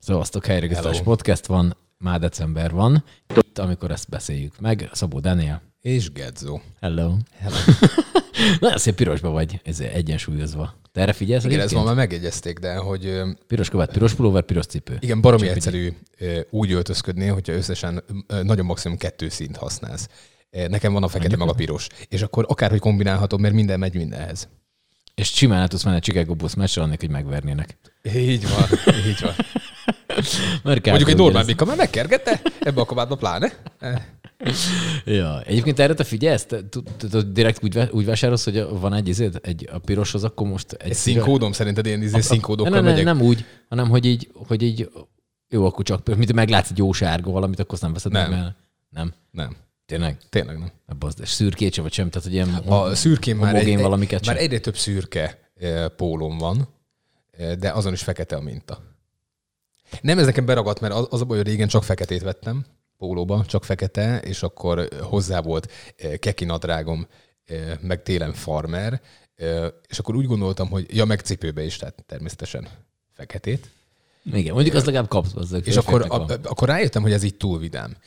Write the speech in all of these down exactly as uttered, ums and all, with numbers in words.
Szevasztok, Helyreigazítás Podcast van, már december van. Itt, amikor ezt beszéljük meg, Szabó Dániel. És Gedzo. Hello. Hello. Nagyon szép pirosba vagy, ez egyensúlyozva. Te erre figyelsz? Igen, ezt már megjegyezték, de hogy... Piros kabát, piros pulóver, piros cipő. Igen, baromi egyszerű úgy öltözködni, hogyha összesen nagyon maximum kettő színt használsz. Nekem van a fekete meg a piros. És akkor akárhogy kombinálhatod, mert minden megy mindenhez. És simán el tudsz menni a Chicago Bulls meccsre, annak, hogy megvernének. Így van, így van. Mondjuk egy normál bika, mert megkergette ebbe a kabátba pláne. Ja, egyébként erre te figyelsz? Direkt úgy, úgy vásárolsz, hogy van egy izéd, egy a piroshoz, akkor most egy... Egy színkódom, szerinted én izé színkódokkal nem, megyek? Nem, nem úgy, hanem hogy így, hogy így jó, akkor csak, mint meglátsz egy jó sárga valamit, akkor azt nem veszed nem. meg, mert... Nem? Nem. Tényleg? Tényleg nem. És szürkét sem, vagy sem? Tehát, hogy ilyen a szürkén már, egy, valamiket már egyre több szürke pólóm van, de azon is fekete a minta. Nem, ez nekem beragadt, mert az, az a baj, hogy régen csak feketét vettem, pólóba, csak fekete, és akkor hozzá volt keki nadrágom, meg télen farmer, és akkor úgy gondoltam, hogy ja, meg cipőbe is, tehát természetesen feketét. Igen, mondjuk az legalább kapsz hozzá. És akkor, a, akkor rájöttem, hogy ez így túl vidám.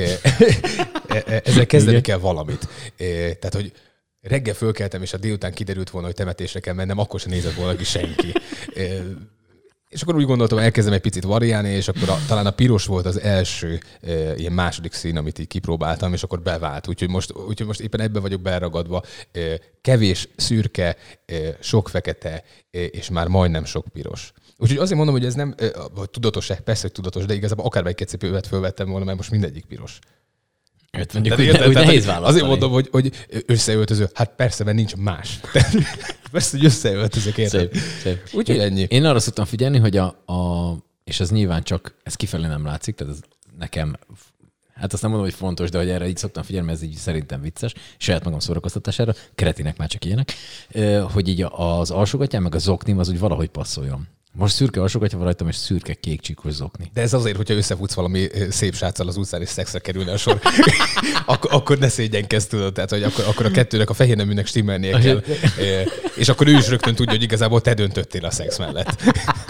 Ezzel kezdeni kell valamit. Tehát, hogy reggel fölkeltem, és a délután kiderült volna, hogy temetésre kell mennem, akkor sem nézett volna ki senki. És akkor úgy gondoltam, hogy elkezdem egy picit variálni, és akkor a, talán a piros volt az első e, ilyen második szín, amit így kipróbáltam, és akkor bevált. Úgyhogy most, úgyhogy most éppen ebben vagyok beleragadva. E, kevés szürke, e, sok fekete, e, és már majdnem sok piros. Úgyhogy azért mondom, hogy ez nem e, tudatos-e, persze, hogy tudatos, de igazából akármelyik cipővet fölvettem volna, mert most mindegyik piros. Hát mondjuk, hogy, érted, hogy nehéz választani. Azért mondom, hogy, hogy összeöltöző. Hát persze, mert nincs más. Persze, hogy összeöltözök, érted? Szép, szép. Úgyhogy ennyi. Én arra szoktam figyelni, hogy a, a és ez nyilván csak, ez kifelé nem látszik, tehát ez nekem, hát azt nem mondom, hogy fontos, de hogy erre így szoktam figyelni, mert ez így szerintem vicces, saját magam szórakoztatására, kretinek már csak ilyenek, hogy így az alsógatján meg a zoknim az úgy valahogy passzoljon. Most szürke alsógatja van rajtam, és szürke kék csíkos zokni. De ez azért, hogyha összefutsz valami szép sráccal az utcán, és szexre kerülne a sor, akkor, akkor ne szégyenkezz, tudod. Tehát, hogy akkor, akkor a kettőnek, a fehér neműnek stimmelnie kell. És akkor ő is rögtön tudja, hogy igazából te döntöttél a szex mellett.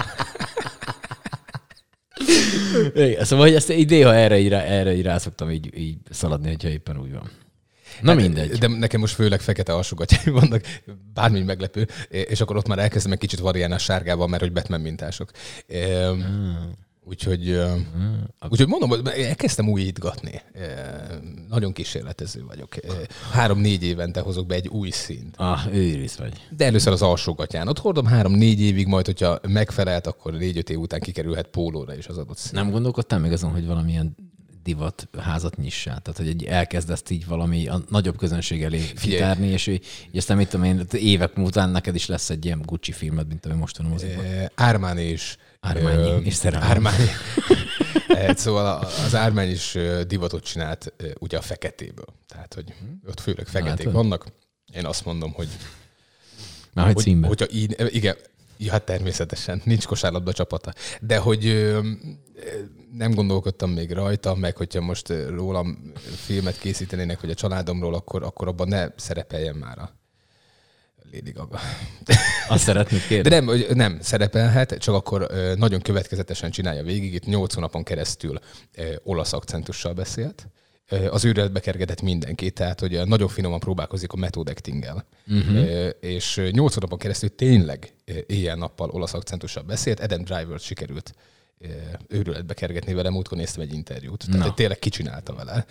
Igen, szóval, hogy ezt így néha erre így, erre így rá szoktam így, így szaladni, hogyha éppen úgy van. Na hát, mindegy. De nekem most főleg fekete alsógatjaim vannak, bármi meglepő, és akkor ott már elkezdem egy kicsit variálni a sárgával, mert hogy Batman mintások. Hmm. Úgyhogy, hmm. úgyhogy mondom, hogy elkezdtem újítgatni. Nagyon kísérletező vagyok. Három-négy évente hozok be egy új színt. Ah, őriz vagy. De először az alsógatján. Ott hordom három-négy évig, majd hogyha megfelelt, akkor négy-öt év után kikerülhet pólóra is az adott szín. Nem gondolkodtál még azon, hogy valamilyen divat házat nyissál. Tehát, hogy egy elkezdesz így valami a nagyobb közönség elé kitárni, és így, így aztán mit tudom én, évek után neked is lesz egy ilyen Gucci filmed, mint ami most a mozikban. Armani is. Armani is szeretem. Armani. Szóval az Armani is divatot csinált ugye a feketéből. Tehát, hogy ott főleg feketék hát, vannak. Én azt mondom, hogy már hogy címben. Hogyha így, igen, ja, hát természetesen, nincs kosárlabda csapata. De hogy nem gondolkodtam még rajta, meg hogyha most rólam filmet készítenének, vagy a családomról, akkor, akkor abban ne szerepeljen már a Lady Gaga. Azt szeretnéd kérni? De nem, nem szerepelhet, csak akkor nagyon következetesen csinálja végig. Itt nyolc hónapon keresztül olasz akcentussal beszélt. Az őrületbe kergetett mindenki, tehát hogy nagyon finoman próbálkozik a method actinggel. Uh-huh. És nyolc hónapon keresztül tényleg éjjel-nappal olasz akcentussal beszélt. Adam Driver-t sikerült őrületbe kergetni vele, múltkor néztem egy interjút. Tehát no. tényleg kicsinálta vele.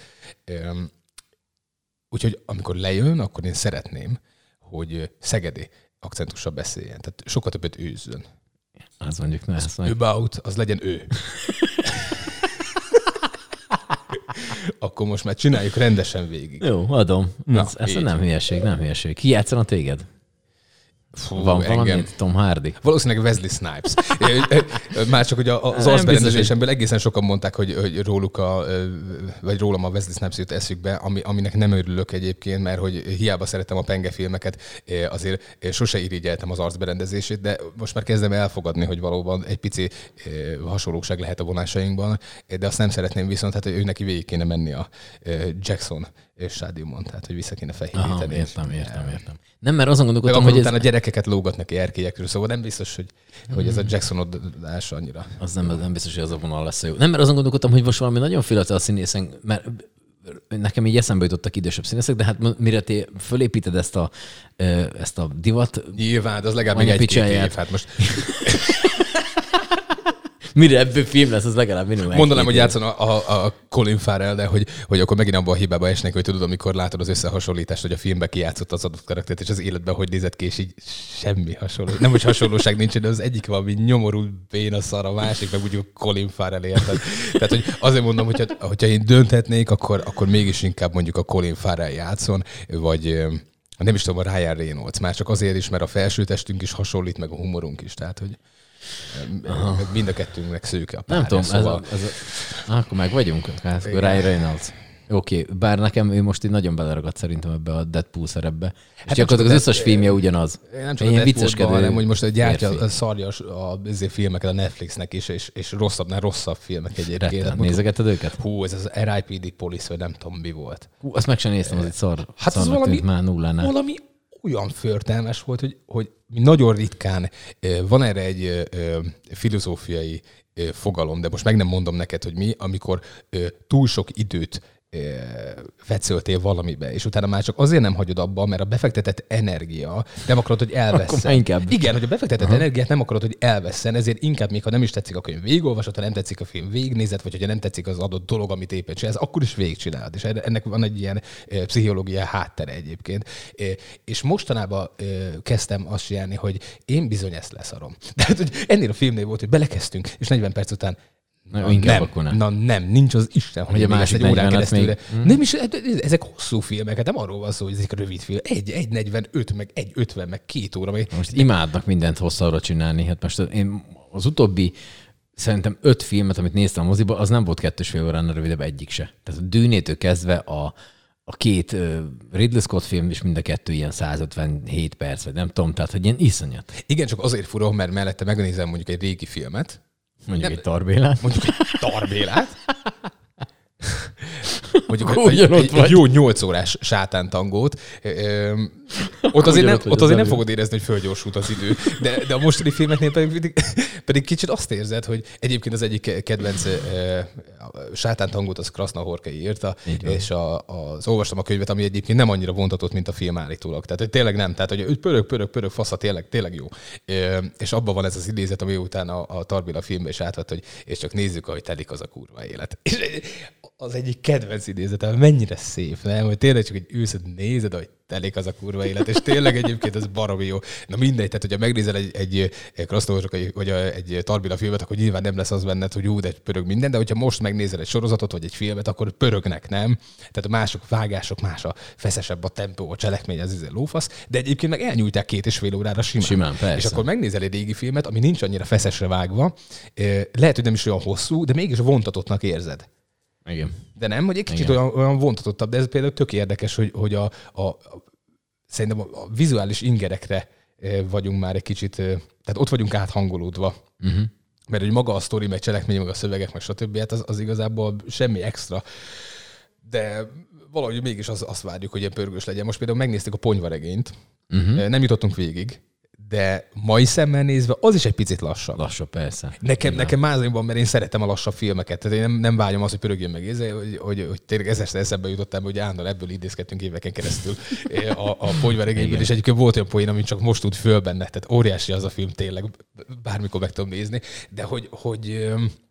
Úgyhogy amikor lejön, akkor én szeretném, hogy szegedi akcentussal beszéljen. Tehát sokkal többet őzzön. Az mondjuk ne. Az about, az legyen ő. Akkor most már csináljuk rendesen végig. Jó, adom. Na, ez, ez nem hülyeség, nem hülyeség. Ki játszana téged? Fú, van valami? Tom Hardy? Valószínűleg Wesley Snipes. Már csak, hogy az arcberendezésemből egészen sokan mondták, hogy, hogy róluk a, vagy rólam a Wesley Snipes jut eszükbe, ami, aminek nem örülök egyébként, mert hogy hiába szeretem a penge filmeket, azért sose irigyeltem az arcberendezését, de most már kezdem elfogadni, hogy valóban egy pici hasonlóság lehet a vonásainkban, de azt nem szeretném viszont, hát ő neki végig kéne menni a Jackson és stádiumon, tehát hogy vissza kéne fehéríteni. Aha, értem, értem, értem. Nem, mert azon gondolkodtam, hogy utána ez... gyerek gyerekeket lógat neki erkélyekről, szóval nem biztos, hogy, hogy ez a Jackson-odás annyira. Az nem, nem biztos, hogy az a vonal lesz jó. Nem, mert azon gondolkodtam, hogy most valami nagyon fiatal színészen, mert nekem így eszembe jutottak idősebb színészek, de hát mire te fölépíted ezt a, ezt a divat... Nyilván, az legalább még egy-két év. Hát most... Mire ebből film lesz, az legalább minimum. Mondanám, hogy játszon a, a, a Colin Farrell, de hogy, hogy akkor megint abban a hibába esnek, hogy tudod, amikor látod az összehasonlítást, hogy a filmben kijátszott az adott karaktert, és az életben hogy nézett ki, és így semmi hasonló. Nem, hogy hasonlóság nincs, de az egyik valami nyomorú béna szar, a másik, meg úgy a Colin Farrell érted. Tehát, hogy azért mondom, hogyha, hogyha én dönthetnék, akkor, akkor mégis inkább mondjuk a Colin Farrell játszon, vagy nem is tudom, a Ryan Reynolds. Már csak azért is, mert a felsőtestünk is hasonlít, meg a humorunk is. Tehát, hogy Aha. mind a kettőnknek szőke a párja. Nem tudom, szóval... ez a, ez a... akkor meg vagyunk. Hát, Ryan Reynolds. Oké, okay. Bár nekem ő most így nagyon beleragadt szerintem ebbe a Deadpool szerepbe. Hát és gyakorlatilag az összes filmje ugyanaz. Nem csak a Deadpoolban, hanem hogy most gyártja a szarja a, a filmeket a Netflixnek is, és, és rosszabbnál rosszabb filmek egyébként. Nézegetted őket? Hú, ez az er i pé dé Police, vagy nem tudom mi volt. Hú, azt meg sem néztem, az egy szar. Hát az valami, már nullánál. valami olyan förtelmes volt, hogy, hogy nagyon ritkán van erre egy filozófiai fogalom, de most meg nem mondom neked, hogy mi, amikor túl sok időt fetszöltél valamibe, és utána már csak azért nem hagyod abba, mert a befektetett energia nem akarod, hogy elvesszen. Igen, hogy a befektetett Aha. energiát nem akarod, hogy elvesszen, ezért inkább még, ha nem is tetszik a könyv végigolvasod, ha nem tetszik a film végignézed, vagy hogyha nem tetszik az adott dolog, amit éppen csinálsz, akkor is végigcsinálod. És ennek van egy ilyen pszichológiai háttere egyébként. És mostanában kezdtem azt csinálni, hogy én bizony ezt leszarom. Tehát, hogy ennél a filmnél volt, hogy belekezdtünk, és negyven perc után Na, na, nem, nem. Na nem, nincs az Isten, hogy, hogy a másik egy órán keresztül. Még... Nem is, ezek hosszú filmek, hát nem arról van szó, hogy ezek rövid film. Egy, egy negyvenöt, meg egy ötven, meg két óra. Meg... Most imádnak mindent hosszabbra csinálni. Hát most én az utóbbi szerintem öt filmet, amit néztem a moziba, az nem volt kettős fél órán rövidebb egyik se. Tehát a Dűnétől kezdve a, a két uh, Ridley Scott film is mind a kettő ilyen százötvenhét perc, vagy nem tudom, tehát hogy ilyen iszonyat. Igen, csak azért fura, mert mellette megnézem mondjuk egy régi filmet, Mondjuk nem, egy Tarbélát. Mondjuk egy Tarbélát. Mondjuk egy, egy, egy jó nyolc órás sátántangót. Ott azért, nem, ott azért nem fogod érezni, hogy fölgyorsult az idő. De, de a mostani filmeknél pedig, pedig kicsit azt érzed, hogy egyébként az egyik kedvenc sátántangót az Krasznahorkai írta, és a, az olvastam a könyvet, ami egyébként nem annyira vontatott, mint a film állítólag. Tehát hogy tényleg nem. Tehát, hogy pörög, pörög, pörög, fasza, tényleg, tényleg jó. És abban van ez az idézet, ami után a, a Tarbéla filmbe is átvett, hogy és csak nézzük, ahogy telik az a kurva élet. És az egyik kedvenc idézetem, mennyire szép, nem? Hogy tényleg csak egy ülsz, nézed, hogy telik az a kurva élet, és tényleg egyébként ez baromi jó. Na mindegy, tehát hogyha megnézel egy, egy, egy Krasznahorkai, vagy egy Tarbéla filmet, akkor nyilván nem lesz az benned, hogy jó, de pörög minden, de hogyha most megnézel egy sorozatot, vagy egy filmet, akkor pörögnek, nem? Tehát a mások vágások, más a feszesebb a tempó, a cselekmény, az izé lófasz, de egyébként meg elnyújtják két és fél órára simán. Simán, persze. És akkor megnézel egy régi filmet, ami nincs annyira feszesre vágva, lehet, hogy nem is olyan hosszú, de mégis vontatottnak érzed. Igen. De nem, hogy egy kicsit olyan, olyan vontatottabb, de ez például tök érdekes, hogy, hogy a, a, a, szerintem a, a vizuális ingerekre vagyunk már egy kicsit, tehát ott vagyunk áthangolódva. Uh-huh. Mert hogy maga a sztori, meg cselekmény, meg a szövegek, meg stb. Hát az, az igazából semmi extra. De valahogy mégis az, azt várjuk, hogy ilyen pörgős legyen. Most például megnéztük a Ponyvaregényt, uh-huh. nem jutottunk végig, de mai szemmel nézve az is egy picit lassabb. Lassabb, persze. Nekem, nekem mázim van, mert én szeretem a lassabb filmeket. Tehát én nem, nem vágyom azt, hogy pörögjön meg ez, hogy, hogy, hogy tényleg ezerszer eszembe jutottam, hogy állandóan ebből idézkedtünk éveken keresztül a, a Ponyvaregényből, és egyébként volt olyan poén, amit csak most tud föl benne. Tehát óriási az a film, tényleg bármikor meg tudom nézni. De hogy, hogy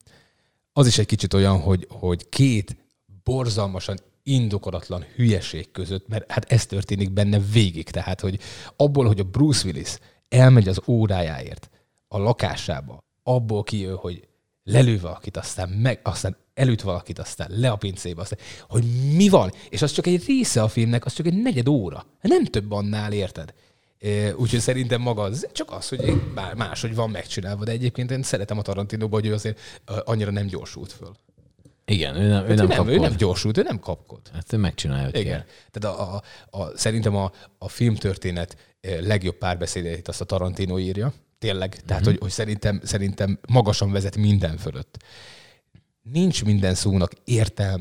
az is egy kicsit olyan, hogy, hogy két borzalmasan indokolatlan hülyeség között, mert hát ez történik benne végig. Tehát, hogy abból, hogy a Bruce Willis elmegy az órájáért a lakásába, abból kijön, hogy lelő valakit, aztán, meg, aztán elüt valakit, aztán le a pincébe, aztán, hogy mi van? És az csak egy része a filmnek, az csak egy negyed óra. Nem több annál, érted? Úgyhogy szerintem maga az csak az, hogy bár máshogy van megcsinálva, de egyébként én szeretem a Tarantinóba, hogy ő azért annyira nem gyorsult föl. Igen, ő nem, ő nem, nem, nem, ő nem gyorsult, ő nem kapkod. Hát ő megcsinálja. Igen. Tehát a, a, a, szerintem a, a filmtörténet legjobb párbeszédét azt a Tarantino írja. Tényleg. Uh-huh. Tehát, hogy, hogy szerintem, szerintem magasan vezet minden fölött. Nincs minden szónak értelme,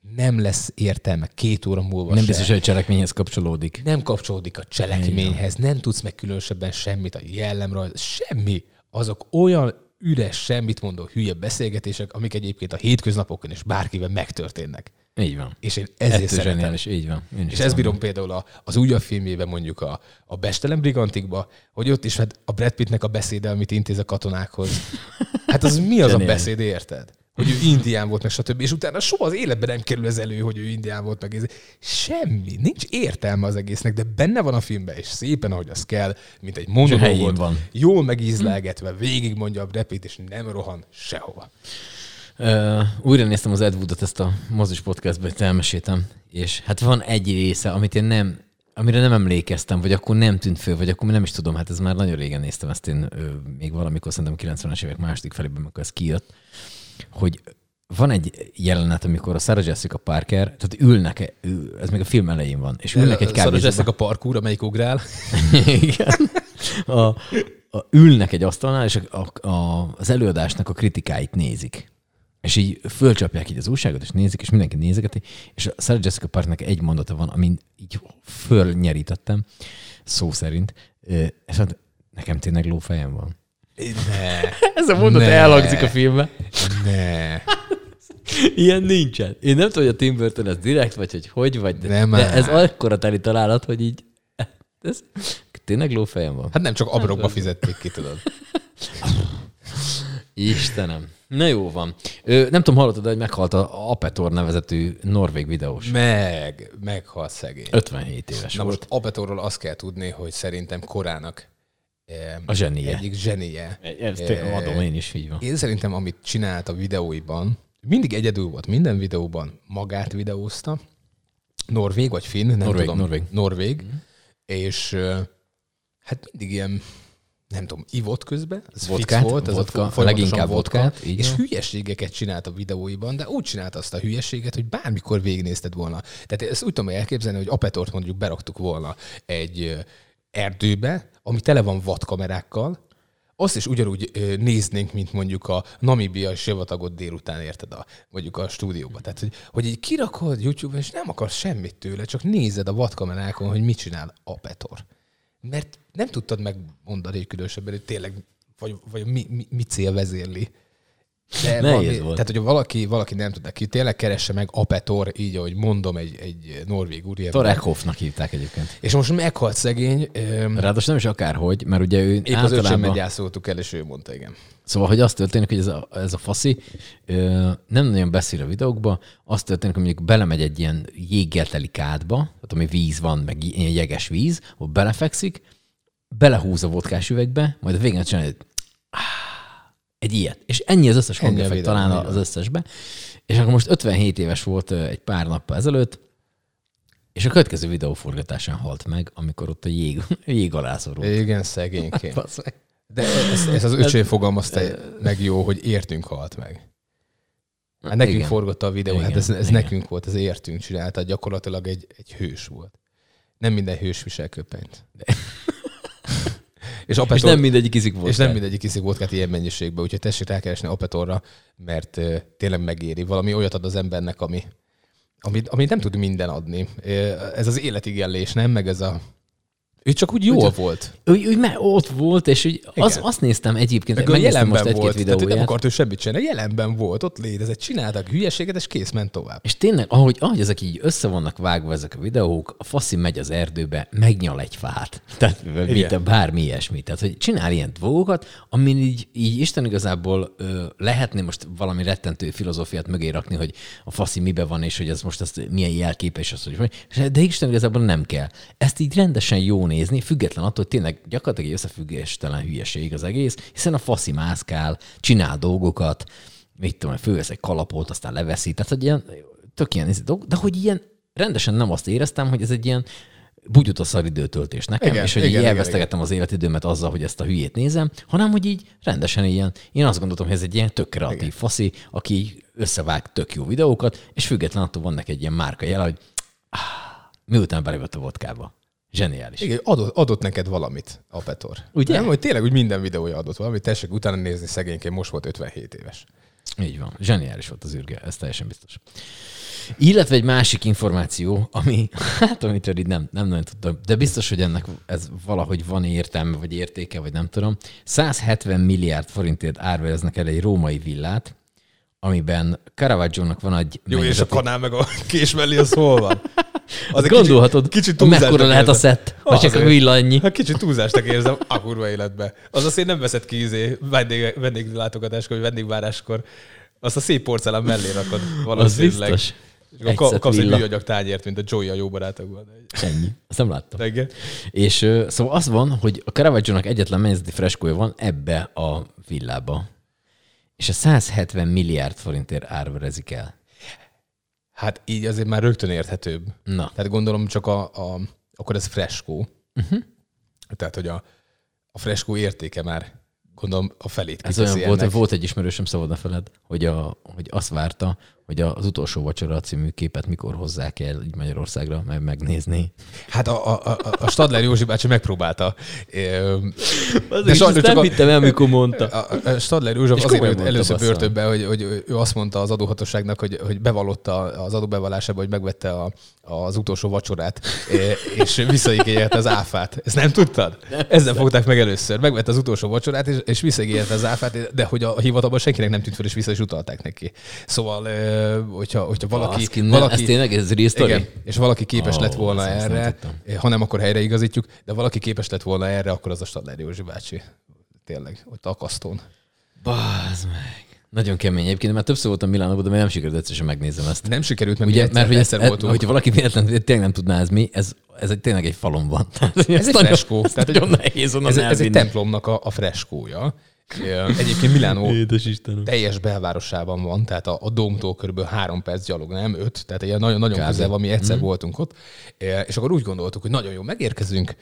nem lesz értelme két óra múlva Nem se. biztos, hogy a cselekményhez kapcsolódik. Nem kapcsolódik a cselekményhez, nem tudsz meg különösebben semmit, a jellemről, semmi. Azok olyan üres, semmit mondó hülye beszélgetések, amik egyébként a hétköznapokon is bárkivel megtörténnek. Így van. És én ezért Ettől szeretem. zseniális, így van. Én És ezt bírom például a, az újabb filmjében, mondjuk a, a Bestelen Brigantikba, hogy ott is hát a Brad Pittnek a beszéde, amit intéz a katonákhoz. Hát az mi az a beszéd, érted? Hogy ő indián volt, meg stb. És utána soha az életben nem kerül ez elő, hogy ő indián volt, meg ez. Semmi. Nincs értelme az egésznek, de benne van a filmben, és szépen, ahogy az kell, mint egy monológot, van. jól megízlelgetve, végig mondja a Brad Pitt, és nem rohan sehova. Uh, újra néztem az Ed Woodot, ezt a mozis podcastban, hogy elmeséltem, és hát van egy része, amit én nem, amire nem emlékeztem, vagy akkor nem tűnt föl, vagy akkor nem is tudom, hát ez már nagyon régen néztem ezt én ö, még valamikor, szerintem kilencvenes évek második felében, amikor ez kijött, hogy van egy jelenet, amikor a Sarah Jessica Parker, tehát ülnek, ez még a film elején van, és ülnek egy kávézóban. Sarah Jessica Parkour, amelyik ugrál. Igen. A, a, ülnek egy asztalnál, és a, a, az előadásnak a kritikáit nézik. És így fölcsapják így az újságot, és nézik, és mindenki nézegeti, és a Sarah Jessica Parkernek egy mondata van, amin így fölnyerítettem, szó szerint, és hát nekem tényleg lófejem van. Ne. Ez a mondat ne. elhangzik a filmben. Ne. Ilyen nincsen. Én nem tudom, hogy a Tim Burton ez direkt, vagy hogy hogy, vagy, de, nem de ez akkora teli találat, hogy így, ez tényleg lófejem van. Hát nem csak abrokba fizették ki, tudod. Istenem. Na jó van. Ö, nem tudom, hallottad, hogy meghalt a Apetor nevezetű norvég videós. Meg, meghalt szegény. ötvenhét éves Na volt. most Apetorról azt kell tudni, hogy szerintem korának a zsenie. egyik zsenie. Ezt e, adom én is, így van. Én szerintem, amit csinált a videóiban, mindig egyedül volt, minden videóban magát videózta. Norvég vagy finn, nem Norvég, tudom. Norvég. Norvég. Mm. És hát mindig ilyen, nem tudom, ivott közben. Ez vodkát, fix volt, ez vodka, a leginkább vodkát. És van. Hülyeségeket csinált a videóiban, de úgy csinált azt a hülyeséget, hogy bármikor végignézted volna. Tehát ezt úgy tudom elképzelni, hogy Apetort mondjuk beraktuk volna egy erdőbe, ami tele van vadkamerákkal, azt is ugyanúgy néznénk, mint mondjuk a namibiai sivatagot délután, érted, a, mondjuk a stúdióba. Tehát, hogy, hogy így kirakod YouTube-on, és nem akarsz semmit tőle, csak nézed a vadkamerákon, hogy mit csinál Apetor. Mert nem tudtad megmondani egy különösebben, hogy tényleg, vagy, vagy mi, mi, mi cél vezérli. De valami, tehát, hogy valaki, valaki nem tud, ki tényleg keresse meg Apetor, így, ahogy mondom, egy, egy norvég úriember. Torekhoffnak hívták egyébként. És most meghalt szegény. Ráadásul nem is akárhogy, mert ugye ő épp általában... az öcsémmel gyászoltuk el, és ő mondta, igen. Szóval, hogy az történik, hogy ez a, ez a faszi nem nagyon beszél a videókba, az történik, hogy mondjuk belemegy egy ilyen jéggel teli kádba, tehát ami víz van, meg ilyen jeges víz, ott belefekszik, belehúz a vodkás üvegbe, majd a végén csinálja, hogy egy ilyet. És ennyi az összes hangeffekt talán az összesbe. És akkor most ötvenhét éves volt egy pár nappal ezelőtt, és a következő videóforgatásán halt meg, amikor ott a jég, jég alá szorult. Igen, szegényként. De ez, ez az öcsém fogalmazta meg jó, hogy értünk halt meg. Hát nekünk igen. Forgatta a videó, igen, hát ez, ez nekünk volt, ez értünk csinálta, gyakorlatilag egy, egy hős volt. Nem minden hős visel köpenyt. És, Apetor, és nem mindegyik iszik vodkát. És nem mindegyik iszik vodkát ilyen mennyiségben, úgyhogy tessék rákeresni Apetorra, mert uh, tényleg megéri. Valami olyat ad az embernek, ami, ami, ami nem tud minden adni. Ez az életigenlés, nem? Meg ez a... Ő csak úgy jól úgy, volt. Úgy, úgy már ott volt, és úgy az, azt néztem egyébként, meg megnéztem most egy-két videóját. Nem akart ő semmit csinálni, jelenben volt, ott létezett, csináltak hülyeséget, és kész, ment tovább. És tényleg, ahogy, ahogy ezek így össze vannak vágva ezek a videók, a faszi megy az erdőbe, megnyal egy fát. Tehát mint bármi ilyesmi. Tehát, hogy csinál ilyen dolgokat, amin így, így Isten igazából ö, lehetne most valami rettentő filozófiát mögé rakni, hogy a faszi mibe van, és hogy ez most azt milyen jelképes, az, hogy de Isten igazából nem kell. Ezt így rendesen jó nézni, független attól, hogy tényleg gyakorlatilag egy összefüggéstelen hülyeség az egész, hiszen a faszi mászkál, csinál dolgokat, mit tudom, fölvesz egy kalapot, aztán leveszi, tehát hogy ilyen, tök ilyen dolog, de hogy ilyen rendesen nem azt éreztem, hogy ez egy ilyen bugyutaszar időtöltés nekem, igen, és hogy igen, így elvesztegettem az életidőmet azzal, hogy ezt a hülyét nézem, hanem hogy így rendesen ilyen, én azt gondoltam, hogy ez egy ilyen tök kreatív igen. faszi, aki összevág tök jó videókat, és független attól van neki egy ilyen márka jel, hogy ah, miután belevett a vodkába. Zseniális. Igen, adott, adott neked valamit, Apetor. Ugye? Nem, hogy tényleg úgy minden videója adott valamit, tessék utána nézni szegényként, most volt ötvenhét éves. Így van. Zseniális volt az űrge, ez teljesen biztos. Illetve egy másik információ, ami, hát amitől így nem, nem nagyon tudtam, de biztos, hogy ennek ez valahogy van értelme, vagy értéke, vagy nem tudom. száz hetven milliárd forintért árvereznek el egy római villát, amiben Caravaggio-nak van egy... Jó, és a kanál meg a kés mellé, az hol van? Az gondolhatod, kicsit, kicsit mekkora lehet a szett, vagy csak a villa annyi. Hát kicsit túlzásnak érzem a kurva életbe. Az azt én nem veszed ki izé, vendég, vendéglátogatáskor, vagy vendégváráskor. Azt a szép porcelán mellé rakod valószínűleg. Az biztos. És akkor kapsz egy műanyag tányért, mint a Joey a Jó barátokban. Ennyi. Azt nem láttam. Reggel. És uh, szóval az van, hogy a Caravaggio-nak egyetlen mennyezeti freskója van ebbe a villába. És a száz hetven milliárd forintért árverezik el. Hát így azért már rögtön érthetőbb. Na. Tehát gondolom csak a, a akkor ez freskó. Uh-huh. Tehát, hogy a, a freskó értéke már gondolom a felét ez olyan volt, volt egy ismerősöm, szabad a feled, hogy, a, hogy azt várta, hogy az Utolsó vacsora című képet mikor hozzák el így Magyarországra, meg megnézni. Hát a, a, a Stadler Józsi bácsi megpróbálta. De sajnos nem a, hittem el, mikor mondta. A, a Stadler Józsi azért jött először börtönbe, hogy, hogy ő azt mondta az adóhatóságnak, hogy, hogy bevallotta az adóbevallásába, hogy megvette a, az utolsó vacsorát, és visszaigényelte az áfát. Ezt nem tudtad? Ezzel fogták meg először. Megvette az utolsó vacsorát, és, és visszaigényelte az áfát, de hogy a hivatalban senkinek nem tűnt fel, és vissza is utalták neki. Szóval hogyha, hogyha valaki... Baszki, valaki ez tényleg, ez real story? Igen, és valaki képes oh, lett volna erre, ha nem, akkor helyreigazítjuk, de valaki képes lett volna erre, akkor az a Stadler Józsi bácsi. Tényleg, ott a kasztón. Bazd meg. Nagyon kemény. Egyébként már többször voltam Milánóban, de még nem sikerült egyszer sem megnézem ezt. Nem sikerült, mert ugye, egyszer, mert hogy egyszer ez, voltunk. Hogyha valaki véletlenül tényleg nem tudná, ez mi, ez, ez egy, tényleg egy falon van. Ez, ez egy freskó. Tehát nagyon nehéz onnan ez, elvinni. Ez egy templomnak a, a freskója. Egyébként Milánó Édesistenem. teljes belvárosában van, tehát a, a Dómtól körülbelül három perc gyalog, nem öt, tehát ilyen nagyon, nagyon közel van, mi egyszer mm. voltunk ott, és akkor úgy gondoltuk, hogy nagyon jó, megérkezünk,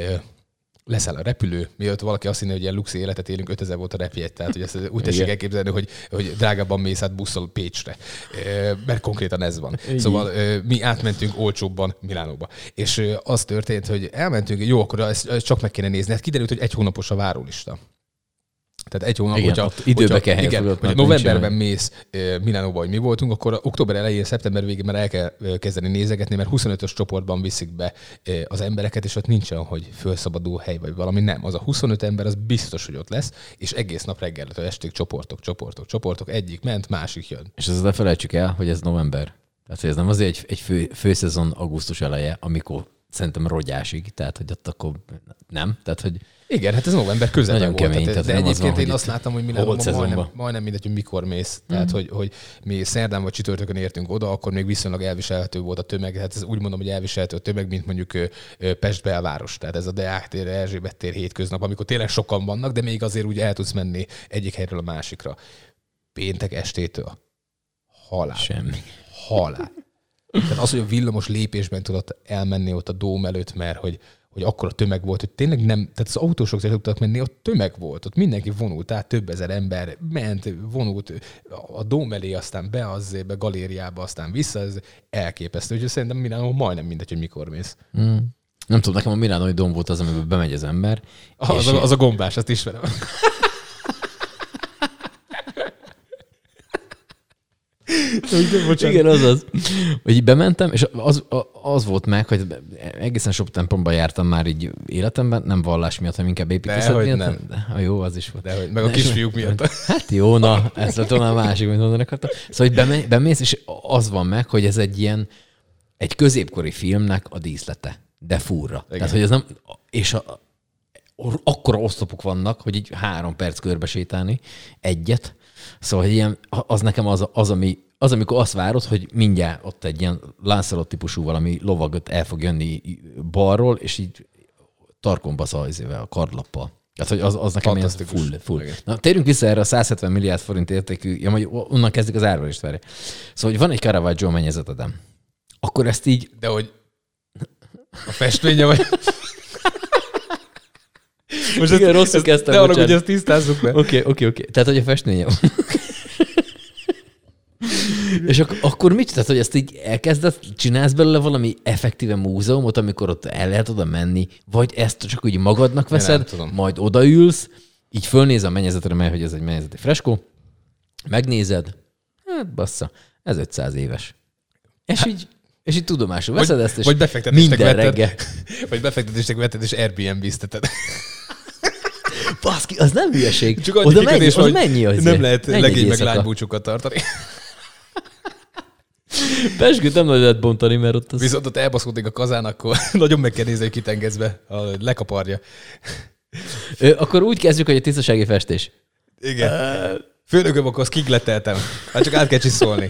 leszáll a repülő, miatt valaki azt hinné, hogy ilyen luxi életet élünk, ötezer volt a repjegy, tehát hogy ezt úgy tessék elképzelni, hogy, hogy drágábban mész át busszal Pécsre, mert konkrétan ez van. Igen. Szóval mi átmentünk olcsóbban Milánóba. És az történt, hogy elmentünk, jó, akkor ezt csak meg kéne nézni, hát kiderült, hogy egy hónapos a várólista. Tehát egy hónap, igen, hogyha, időbe hogyha, kell igen, hogyha novemberben mész uh, Milánóba, hogy mi voltunk, akkor október elején, szeptember végén már el kell uh, kezdeni nézegetni, mert huszonötös csoportban viszik be uh, az embereket, és ott nincsen, hogy felszabadul hely, vagy valami nem. Az a huszonöt ember, az biztos, hogy ott lesz, és egész nap reggeltől estig csoportok, csoportok, csoportok, egyik ment, másik jön. És ezt ne felejtsük el, hogy ez november. Tehát, hogy ez nem azért egy, egy fő, főszezon augusztus eleje, amikor szerintem rogyásig, tehát, hogy ott akkor nem. Tehát, hogy igen, hát ez november közepén nagyon volt. Kemény, tehát, tehát de egyébként van, én azt láttam, hogy Milánóban majdnem, majdnem mindegy, hogy mikor mész. Tehát, mm. hogy, hogy mi szerdán vagy csütörtökön értünk oda, akkor még viszonylag elviselhető volt a tömeg. Hát ez úgy mondom, hogy elviselhető a tömeg, mint mondjuk Pest belváros. Tehát ez a Deák tér, Erzsébet tér hétköznap, amikor tényleg sokan vannak, de még azért úgy el tudsz menni egyik helyről a másikra. Péntek estétől halál. Semmi. Halál. Tehát az, hogy a villamos lépésben tudott elmenni ott a dóm előtt, mert hogy hogy akkor a tömeg volt, hogy tényleg nem, tehát az autósok azért tudtak menni, ott tömeg volt, ott mindenki vonult, tehát több ezer ember ment, vonult a dóm elé, aztán be az be galériába, aztán vissza, ez elképesztő. Úgyhogy szerintem Milánó majdnem mindegy, hogy mikor mész. Mm. Nem tudom, nekem a Milánói dóm volt az, amiben bemegy az ember. Az, a, az a gombás, azt ismerem. Igen, az az. Hogy így bementem, és az, az volt meg, hogy egészen sok templomban jártam már így életemben, nem vallás miatt, hanem inkább építészet miatt. Nem. De, jó, az is volt. Dehogy, meg a kisfiúk miatt. Hát jó, na, ez lett volna a másik, mint mondani akartam. Szóval, hogy bemegy, bemész, és az van meg, hogy ez egy ilyen, egy középkori filmnek a díszlete, de furra. Igen. Tehát, hogy ez nem, és a, akkora oszlopok vannak, hogy így három perc körbe sétálni egyet. Szóval hogy ilyen, az nekem az, az, ami, az, amikor azt várod, hogy mindjárt ott egy ilyen Lancelot típusú valami lovagot el fog jönni balról, és így tarkomba szajzével, a kardlappal. Tehát, hogy az, az nekem ilyen full. full. Na, térjünk vissza erre a száz hetven milliárd forint értékű, ja, majd onnan kezdik az árverést, várja. Szóval, hogy van egy Caravaggio mennyezetedem. Akkor ezt így... De hogy a festménye vagy... Most igen, ezt, rosszul kezdtem. De arra, hogy ezt tisztázzuk be. Oké, oké, oké. Tehát, hogy a festménye van. És ak- akkor mit? Tehát, hogy ezt így elkezdett, csinálsz belőle valami effektíve múzeumot, amikor ott el lehet oda menni, vagy ezt csak úgy magadnak veszed, majd odaülsz, így fölnéz a mennyezetre, mert hogy ez egy mennyezeti freskó, megnézed, hát bassza, ez ötszáz éves. És így, és így tudomásul veszed ezt, és vagy befektetésnek minden vetted, reggel. Vagy befektetésnek vetted, és Airbnb-zteted. Baszki, az nem hülyeség. Csak Oda mennyi, az mennyi az? Nem lehet mennyi legény meg éjszaka? lánybúcsúkat tartani. Pezsgőt nem nagyon lehet bontani, mert ott az... Viszont ott elbaszódik a kazán, akkor nagyon meg kell nézni, hogy kitengezve, lekaparja. Ö, akkor úgy kezdjük, hogy a tisztasági festés. Igen. Főnököm, akkor azt kigletteltem. Hát csak át kell csiszolni.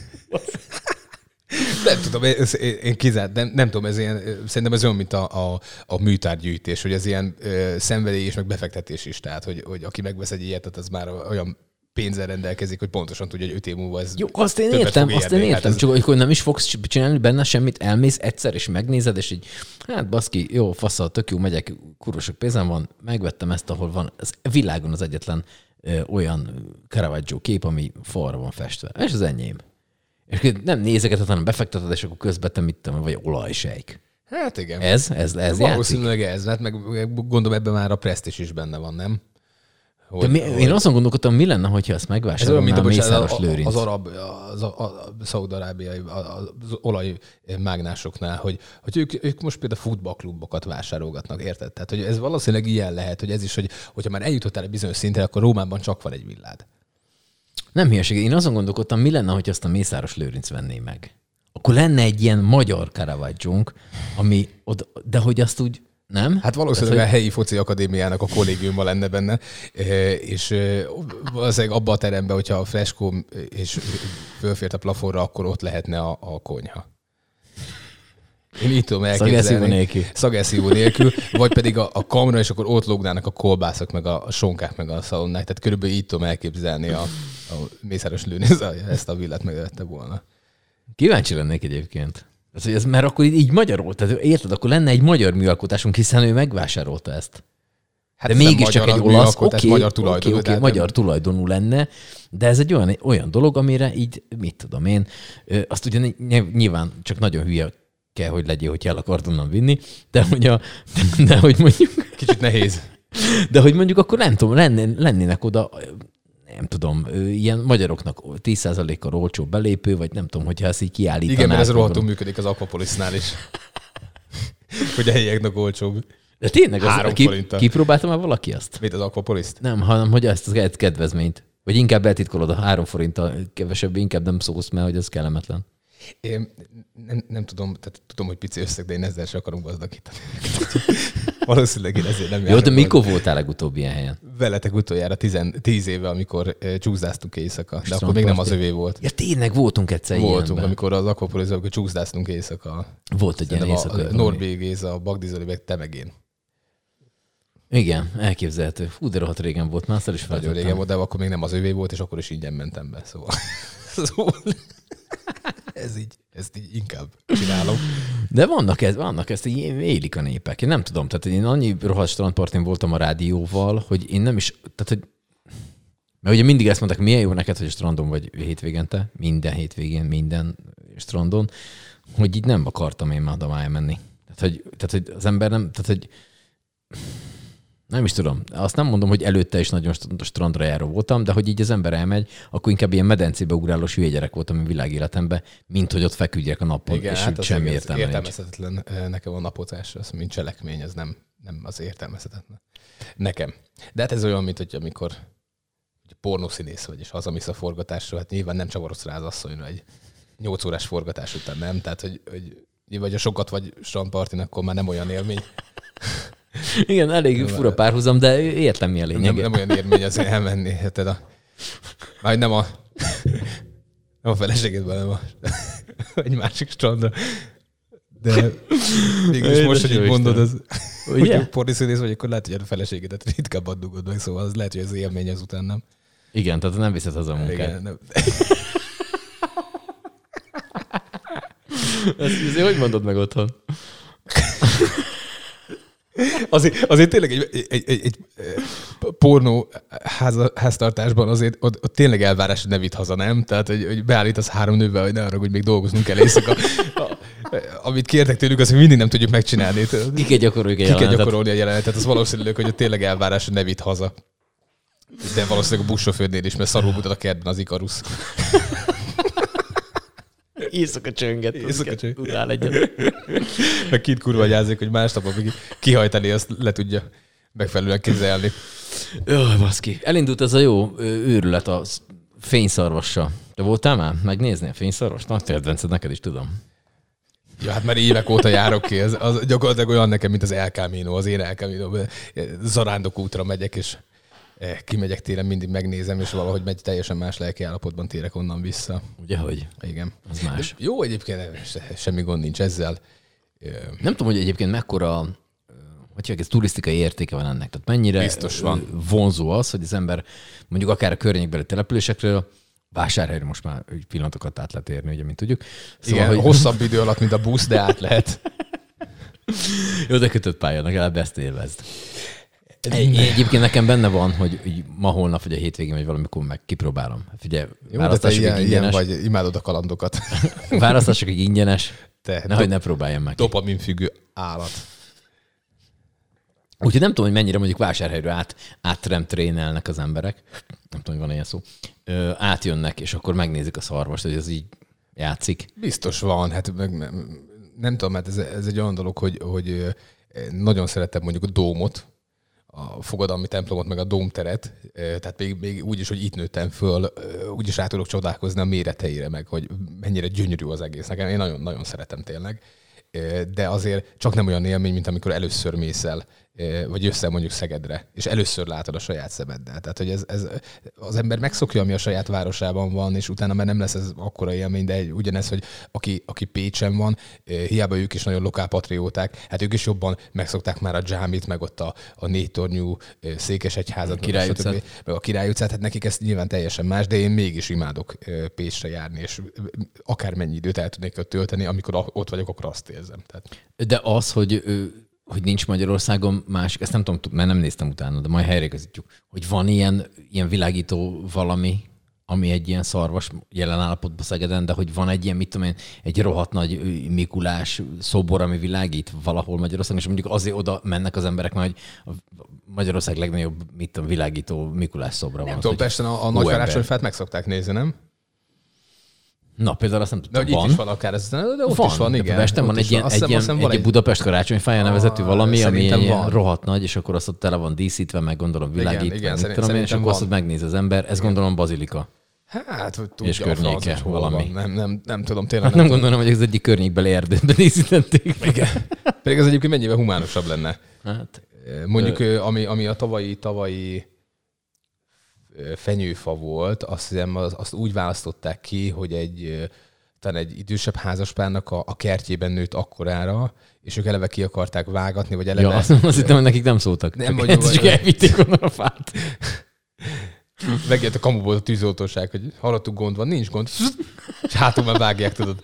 Nem tudom, ez, én kizárt, nem, nem tudom, ez ilyen, szerintem ez olyan, mint a, a, a műtárgyűjtés, hogy ez ilyen ö, szenvedély és meg befektetés is, tehát, hogy, hogy aki megvesz egy ilyet, az már olyan pénzzel rendelkezik, hogy pontosan tudja, hogy öt év múlva ez Jó, azt én többet értem, fog azt én érni. értem, Hát ez... csak hogy nem is fogsz csinálni benne semmit, elmész egyszer, és megnézed, és így, hát baszki, jó, faszal, tök jó, megyek, kurva sok pénzem van, megvettem ezt, ahol van, ez világon az egyetlen ö, olyan Caravaggio kép, ami falra van festve, és az enyém. És nem nézegeted, hanem befekteted, és akkor közben te mit tudom, vagy olajsejk. Hát igen. Ez, ez, ez valószínűleg ez, hát meg gondolom ebben már a presztis is benne van, nem? Hogy, De mi, hogy... Én azon gondolkodtam, mi lenne, hogyha ezt megvásárolnám a Mészáros Lőrinc. Az arab, az, a, a szaúd-arábiai, az olajmágnásoknál, hogy, hogy ők, ők most például futballklubokat vásárolgatnak, érted? Tehát, hogy ez valószínűleg ilyen lehet, hogy ez is, hogy, hogyha már eljutottál egy bizonyos szintre, akkor Rómában csak van egy villád. Nem hülyeség. Én azon gondolkodtam, mi lenne, hogyha azt a Mészáros Lőrinc venné meg. Akkor lenne egy ilyen magyar Caravaggio-nk, ami oda, de hogy azt úgy nem? Hát valószínűleg Tehát, a helyi foci akadémiának a kollégiuma lenne benne, és valószínűleg abban a teremben, hogyha a freskó és fölfért a plafonra, akkor ott lehetne a, a konyha. Én így tudom elképzelni. Szageszívó nélkül. Szageszívó nélkül, vagy pedig a, a kamra, és akkor ott lógnának a kolbászok, meg a, a sonkák, meg a szalonnák. Tehát körülbelül így tudom elképzelni a, a Mészáros Lőrinc, ezt a villát megvette volna. Kíváncsi lennék egyébként. Ez, ez, mert akkor így, így magyarul, tehát érted, akkor lenne egy magyar műalkotásunk, hiszen ő megvásárolta ezt. Hát de mégiscsak egy olasz, oké, okay, magyar, tulajdonú, okay, okay, magyar tulajdonú lenne, de ez egy olyan, olyan dolog, amire így, mit tudom én, azt ugye nyilván csak nagyon hülye kell, hogy legyél, hogy el akart onnan vinni, de hogy, a, de, de hogy mondjuk... Kicsit nehéz. De hogy mondjuk akkor nem tudom, lennének oda... nem tudom, ilyen magyaroknak tíz százalékkal olcsó belépő, vagy nem tudom, hogyha ezt így kiállítanák. Igen, mert ez rohadtul működik az Aquapolisnál is. Hogy a helyieknek olcsóbb. De tényleg, az, ki, kipróbálta már valaki azt? Mit, az Aquapoliszt? Nem, hanem hogy ezt az kedvezményt. Vagy inkább eltitkolod a három forinttal kevesebb, inkább nem szólsz, mert hogy ez kellemetlen. Én nem, nem tudom, tehát tudom, hogy pici összeg, de én ezzel sem akarunk gazdagítani. Valószínűleg én ezért nem járok. Jó, de mikor voltál legutóbb ilyen helyen? Veletek utoljára tíz éve, amikor csúszdáztunk éjszaka, de akkor még nem az övé volt. Ja, tényleg voltunk egyszer Voltunk, ilyenben. amikor az Aquapolisban, amikor csúszdáztunk éjszaka. Volt egy ilyen éjszaka. Norbi Géza, a Bagdizoli, meg te meg én. Igen, elképzelhető. Fú, de rohadt régen volt, már azt el is Nagyon régen volt, de akkor még nem az övé volt, és akkor is ingyen mentem be, szóval... szóval... ez így, ezt így inkább csinálom. De vannak, ez, vannak ezt így élik a népek. Én nem tudom, tehát én annyi rohadt strandpartin voltam a rádióval, hogy én nem is, tehát hogy, mert ugye mindig ezt mondták, milyen jó neked, hogy a strandon vagy hétvégente, minden hétvégén, minden strandon, hogy így nem akartam én már oda elmenni. Tehát hogy, tehát, hogy az ember nem, tehát hogy nem is tudom. Azt nem mondom, hogy előtte is nagyon strandra járó voltam, de hogy így az ember elmegy, akkor inkább ilyen medencébe ugrálós hülye gyerek voltam a világéletemben, mint hogy ott feküdjek a napon, igen, és hát semmi értelme értelmezhetetlen nekem a napozás, az, mint cselekmény, ez nem, nem az értelmezhetetlen. Nekem. De hát ez olyan, mint hogy amikor pornószínész vagy, és hazamész a forgatásra, hát nyilván nem csavarodsz rá az asszonyra egy nyolc órás forgatás után, nem? Tehát, hogy, hogy vagy a sokat vagy strandpartin, akkor már nem olyan élmény. Igen, elég nem, fura párhuzam, de értem, mi a lényeg. Nem, nem olyan élmény azért elmenni. Hát a, már nem a, nem a feleségedben, nem a, egy másik strandra. De mégis most, hogy így mondod, az, hogy porniszínész vagy, akkor lehet, hogy a feleségedet ritkábban dugod meg, szóval az lehet, hogy az élmény ezután nem. Igen, tehát nem viszed haza a munkát. Igen, nem. Ezt, ezt hogy mondod meg otthon? Azért, azért tényleg egy, egy, egy, egy pornó ház, háztartásban azért ott, ott tényleg elvárás, hogy ne vidd haza, nem? Tehát, hogy, hogy beállítasz három nővel, hogy ne arra, hogy még dolgoznunk kell éjszaka. Amit kértek tőlük, azt mindig nem tudjuk megcsinálni. Ki kell gyakorolni a jelenetet. Ki kell gyakorolni a jelenetet. Az valószínűleg, hogy ott tényleg elvárás, hogy ne vidd haza. De valószínűleg a buszsofőrnél is, mert szarul mutat a kertben az Ikarusz. Éjszaka csönget. Éjszaka csönget. Utál egyet. Meg két kurva agyázik, hogy másnap, amíg kihajtani, azt le tudja megfelelően kezelni. Jaj, baszki. Elindult ez a jó őrület a fényszarvassal. Te voltál már megnézni a fényszarvast? Nagy kedvenced, neked is tudom. Ja, hát már évek óta járok ki. Ez, az gyakorlatilag olyan nekem, mint az El Camino, az én El Camino. Zarándok útra megyek, és kimegyek télen, mindig megnézem, és valahogy megy teljesen más lelki állapotban térek onnan vissza. Ugye, hogy? Igen. Az más. De jó, egyébként se, semmi gond nincs ezzel. Nem tudom, hogy egyébként mekkora, hogy hívják, ez turisztikai értéke van ennek. Tehát mennyire biztos van. Vonzó az, hogy az ember mondjuk akár a környékbeli településekről Vásárhelyre most már pillanatokat át lehet érni, ugye, mint tudjuk. Szóval, igen, hogy... hosszabb idő alatt, mint a busz, de át lehet. Jó, de kötött pályán, legalább ezt élvezd. Egy, egyébként nekem benne van, hogy ma, holnap, vagy a hétvégén, vagy valamikor meg kipróbálom. Figyelj, jó, de te ilyen, ilyen vagy, imádod a kalandokat. Választások, hogy ingyenes, te, nehogy ne próbáljam meg. Dopaminfüggő állat. Úgyhogy nem tudom, hogy mennyire mondjuk Vásárhelyről át, áttrem trénelnek az emberek. Nem tudom, hogy van ilyen szó. Ö, átjönnek, és akkor megnézik a szarvast, hogy ez így játszik. Biztos van. Hát meg, nem tudom, mert ez, ez egy olyan dolog, hogy, hogy nagyon szeretem mondjuk a dómot, a fogadalmi templomot, meg a dómteret. Tehát még, még úgy is, hogy itt nőttem föl, úgy is rá tudok csodálkozni a méreteire, meg hogy mennyire gyönyörű az egész. Nekem én nagyon-nagyon szeretem tényleg. De azért csak nem olyan élmény, mint amikor először mész el, vagy jössz el mondjuk Szegedre, és először látod a saját szemeddel. Tehát, hogy ez, ez, az ember megszokja, ami a saját városában van, és utána már nem lesz ez akkora élmény, de ugyanez, hogy aki, aki Pécsen van, hiába ők is nagyon lokálpatrióták, hát ők is jobban megszokták már a dzsámit, meg ott a, a négytornyú Székesegyházat, a Király utcát. Meg, meg a Király utcát, hát nekik ez nyilván teljesen más, de én mégis imádok Pécsre járni, és akármennyi időt el tudnék ott tölteni, amikor ott vagyok, akkor azt érzem. Tehát... De az, hogy hogy nincs Magyarországon másik, ezt nem tudom, mert nem néztem utána, de majd helyreigazítjuk, hogy van ilyen, ilyen világító valami, ami egy ilyen szarvas jelen állapotban Szegeden, de hogy van egy ilyen, mit tudom én, egy rohadt nagy Mikulás szobor, ami világít valahol Magyarországon, és mondjuk azért oda mennek az emberek, mert hogy Magyarország legnagyobb, mit tudom, világító Mikulás szobra van. Nem tudom, Pesten a, a nagy karácsonyfát meg szokták nézni, nem? Na, például azt nem tudtam, de van. Itt is van akár, ez, de ott van. is van, igen. Pesten van egy ilyen, egy, ilyen, egy, egy Budapest karácsonyfája nevezetű valami, ami ilyen rohadt nagy, és akkor azt ott tele van díszítve, meg gondolom világítva. Igen, igen, tudom én, és akkor azt megnéz az ember. Ez igen. Gondolom bazilika. Hát, hogy tudja, és környéke az, valami. Nem, nem, nem tudom, tényleg. Hát nem, nem gondolom, hogy ez egyik környékbeli erdőben díszítették. Igen. Pedig az egyébként mennyivel humánosabb lenne. Hát. Mondjuk, ö... ami, ami a tavalyi, tavalyi fenyőfa volt, azt hiszem, azt úgy választották ki, hogy egy talán egy idősebb házaspárnak a, a kertjében nőtt akkorára, és ők eleve ki akarták vágatni, vagy eleve... Ja, azt, azt hittem, hogy nekik nem szóltak. Nem, csak, vagy, csak elvitték onnan a fát. Megjött a kamuból a tűzoltóság, hogy hallottuk, gond van, nincs gond, és hátul már vágják, tudod.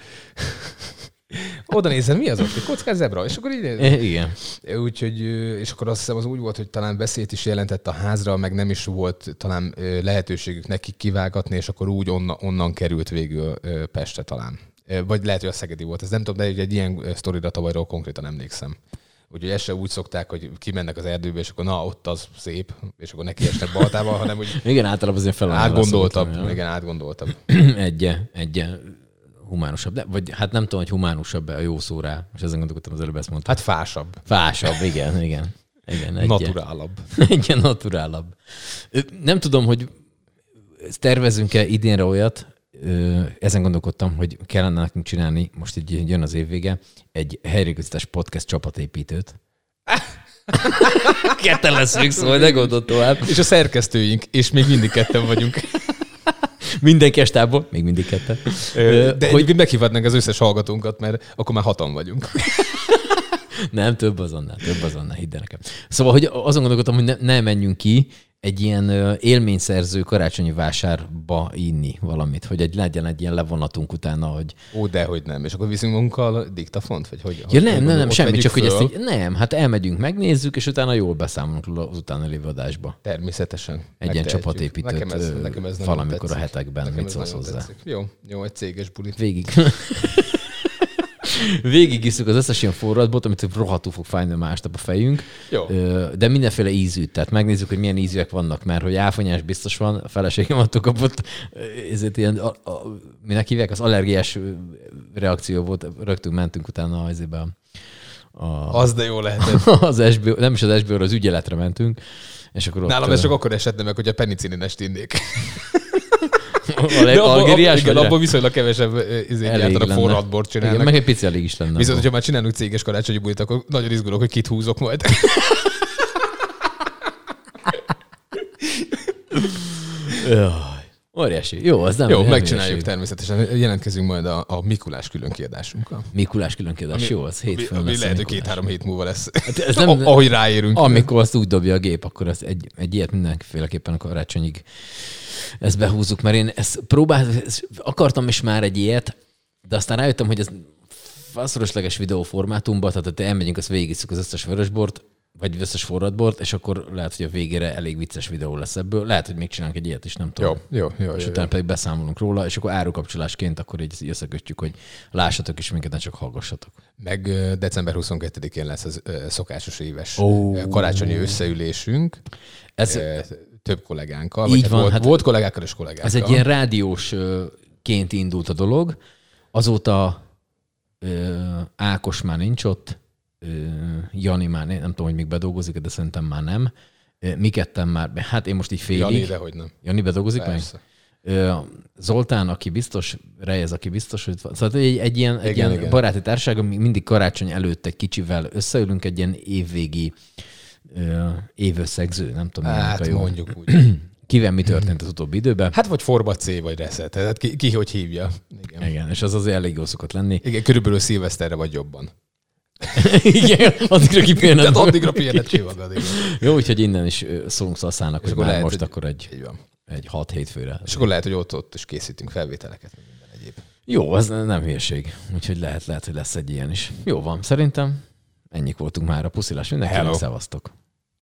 Oda nézem, mi az ott? Egy kockás zebra? És akkor így nézem. Igen. Úgyhogy, és akkor azt hiszem, az úgy volt, hogy talán beszélt is jelentett a házra, meg nem is volt talán lehetőségük nekik kivágatni, és akkor úgy onnan, onnan került végül Pestre talán. Vagy lehet, hogy a szegedi volt. Ez nem tudom, de egy ilyen sztorira tavalyról konkrétan emlékszem. Úgyhogy ezt se úgy szokták, hogy kimennek az erdőbe, és akkor na, ott az szép, és akkor neki esnek baltával, hanem hogy... Igen, általában azért fel átgondoltabb. Ja. Igen, átgondoltabb. Egy, egy humánusabb, de, vagy hát nem tudom, hogy humánusabb a jó szó rá. Most ezen gondolkodtam, az előbb ezt mondtam. Hát fásabb. Fásabb, igen, igen. igen egy naturálabb. Igen, naturálabb. Nem tudom, hogy tervezünk-e idénre olyat, ezen gondolkodtam, hogy kellene nekünk csinálni, most így jön az év vége, egy helyreigazítás podcast csapatépítőt. Ketten leszünk, szóval ne gondold tovább. És a szerkesztőink, és még mindig ketten vagyunk. Mindenki estából, még mindig ketten. De hogy meghívhatnánk az összes hallgatónkat, mert akkor már hatan vagyunk. Nem, több azonnál, több azonnál, hidd el nekem. Szóval, hogy azon gondolkodtam, hogy ne, ne menjünk ki egy ilyen élményszerző karácsonyi vásárba inni valamit, hogy egy, legyen egy ilyen levonatunk utána, hogy... Ó, dehogy nem. És akkor viszünk magunkkal diktafont? Vagy hogy, ja, nem, nem, nem, semmi, csak hogy ezt így, nem, hát elmegyünk, megnézzük, és utána jól beszámolunk az utána lévő adásba. Természetesen. Egy ilyen csapatépítőt nekem ez, nekem ez valamikor a hetekben. Mit szólsz hozzá? Tetszik. Jó, jó, egy céges bulit. Végig. Végigisszük az összes ilyen forradbot, amit rohadtul fog fájni másnap a fejünk. Jó. De mindenféle ízűt, tehát megnézzük, hogy milyen ízűek vannak, mert hogy áfonyás biztos van, a feleségem attól kapott, ezért ilyen, a, a, minek hívják, az allergiás reakció volt, rögtön mentünk utána az a, az de jó lehetett. Az es bé o, nem is az es bé o-ra, az ügyeletre mentünk. És akkor nálam ott, ez csak akkor esetne meg, hogy a penicillinest innék. A algériás igen, abban viszonylag kevesebb izényt a forradbort csinálnak. Igen, meg egy pici elég is lenne. Viszont, hogyha már csinálunk céges karácsonyi bulit, akkor nagyon izgulok, hogy kit húzok majd. Óriási. Jó, az nem Jó, nem megcsináljuk hülyeség. természetesen. Jelentkezünk majd a, a Mikulás különkiadásunkkal. Mikulás különkiadás, Ami- jó, az hétfőn Ami lesz. lehet, a hogy két-három hét múlva lesz. Hát ez nem- A- ahogy ráérünk. Amikor azt úgy dobja a gép, akkor az egy, egy ilyet mindenféleképpen a karácsonyig ezt behúzzuk, mert én ezt próbáltam, ezt akartam is már egy ilyet, de aztán rájöttem, hogy ez faszorosleges videóformátumban, tehát elmegyünk, azt végigisszük az összes vörösbort, vagy összes forradbort, és akkor lehet, hogy a végére elég vicces videó lesz ebből. Lehet, hogy még csinálunk egy ilyet is, nem tudom. Jó, jó, jó. És jó, utána jó. pedig beszámolunk róla, és akkor árukapcsolásként akkor így összekötjük, hogy lássatok is minket, ne csak hallgassatok. Meg ö, december huszonkettedikén lesz az ö, szokásos éves Ó. ö, karácsonyi összeülésünk. Ez, Ö, Több kollégánkkal. Így Vagy hát van, volt, hát volt kollégákkal és kollégákkal. ez egy ilyen rádiósként indult a dolog. Azóta ö, Ákos már nincs ott, ö, Jani már nem, nem tudom, hogy még bedolgozik, de szerintem már nem. Ö, Mi ketten már, hát én most így félig. Jani, de hogy nem. Jani bedolgozik Persze. meg? Ö, Zoltán, aki biztos, Rejez, aki biztos, hogy szóval egy, egy ilyen, egy Igen, ilyen igen. baráti társaság, ami mindig karácsony előtt egy kicsivel összeülünk, egy ilyen évvégi ö, évösszegző, nem tudom, milyennek Hát a jó. mondjuk úgy. Kivel mi történt az utóbbi időben. Hát vagy Forba C, vagy Reset. Tehát ki, ki hogy hívja. Igen. Igen, és az azért elég jó szokott lenni. Igen, körülbelül szilveszterre vagy jobban. Igen, addigra kipihened. Tehát addigra pihened csillagad. Igen. Jó, úgyhogy innen is ö, szólunk Szaszának, hogy akkor már lehet, most hogy- akkor egy, Így van. egy hat hétfőre. És akkor lehet, hogy ott-ott is készítünk felvételeket, meg minden egyéb. Jó, az nem hülyeség. Úgyhogy lehet, lehet, hogy lesz egy ilyen is. Jó van, szerintem ennyik voltunk már a puszilás mindenkinek, Hello. szevasztok.